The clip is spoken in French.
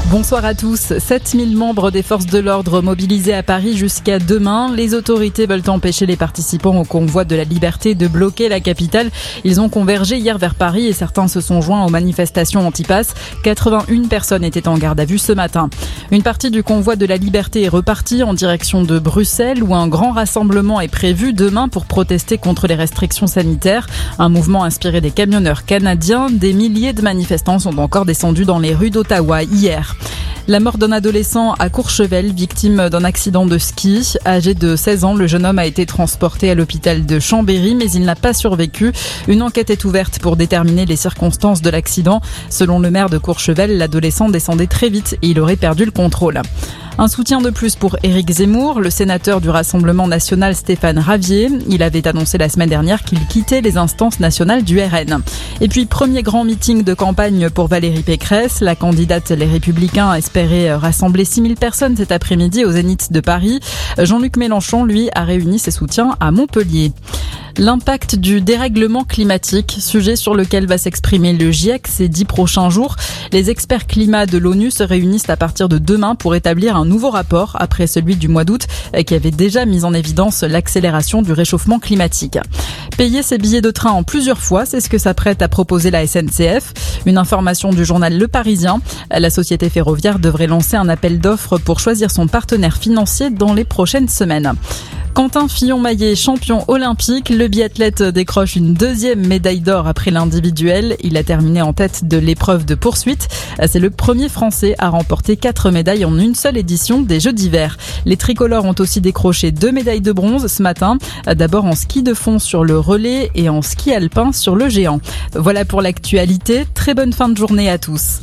Bonsoir à tous. 7000 membres des forces de l'ordre mobilisés à Paris jusqu'à demain. Les autorités veulent empêcher les participants au convoi de la liberté de bloquer la capitale. Ils ont convergé hier vers Paris et certains se sont joints aux manifestations anti-pass. 81 personnes étaient en garde à vue ce matin. Une partie du convoi de la liberté est repartie en direction de Bruxelles où un grand rassemblement est prévu demain pour protester contre les restrictions sanitaires. Un mouvement inspiré des camionneurs canadiens. Des milliers de manifestants sont encore descendus dans les rues d'Ottawa hier. La mort d'un adolescent à Courchevel, victime d'un accident de ski. Âgé de 16 ans, le jeune homme a été transporté à l'hôpital de Chambéry, mais il n'a pas survécu. Une enquête est ouverte pour déterminer les circonstances de l'accident. Selon le maire de Courchevel, l'adolescent descendait très vite et il aurait perdu le contrôle. Un soutien de plus pour Éric Zemmour, le sénateur du Rassemblement national Stéphane Ravier. Il avait annoncé la semaine dernière qu'il quittait les instances nationales du RN. Et puis, premier grand meeting de campagne pour Valérie Pécresse. La candidate Les Républicains espérait rassembler 6000 personnes cet après-midi au Zénith de Paris. Jean-Luc Mélenchon, lui, a réuni ses soutiens à Montpellier. L'impact du dérèglement climatique, sujet sur lequel va s'exprimer le GIEC ces 10 prochains jours. Les experts climat de l'ONU se réunissent à partir de demain pour établir un nouveau rapport après celui du mois d'août qui avait déjà mis en évidence l'accélération du réchauffement climatique. Payer ses billets de train en plusieurs fois, c'est ce que s'apprête à proposer la SNCF. Une information du journal Le Parisien. La société ferroviaire devrait lancer un appel d'offres pour choisir son partenaire financier dans les prochaines semaines. Quentin Fillon-Maillet, champion olympique, le biathlète décroche une deuxième médaille d'or après l'individuel. Il a terminé en tête de l'épreuve de poursuite. C'est le premier Français à remporter 4 médailles en une seule édition des Jeux d'hiver. Les tricolores ont aussi décroché 2 médailles de bronze ce matin. D'abord en ski de fond sur le relais et en ski alpin sur le géant. Voilà pour l'actualité. Très bonne fin de journée à tous.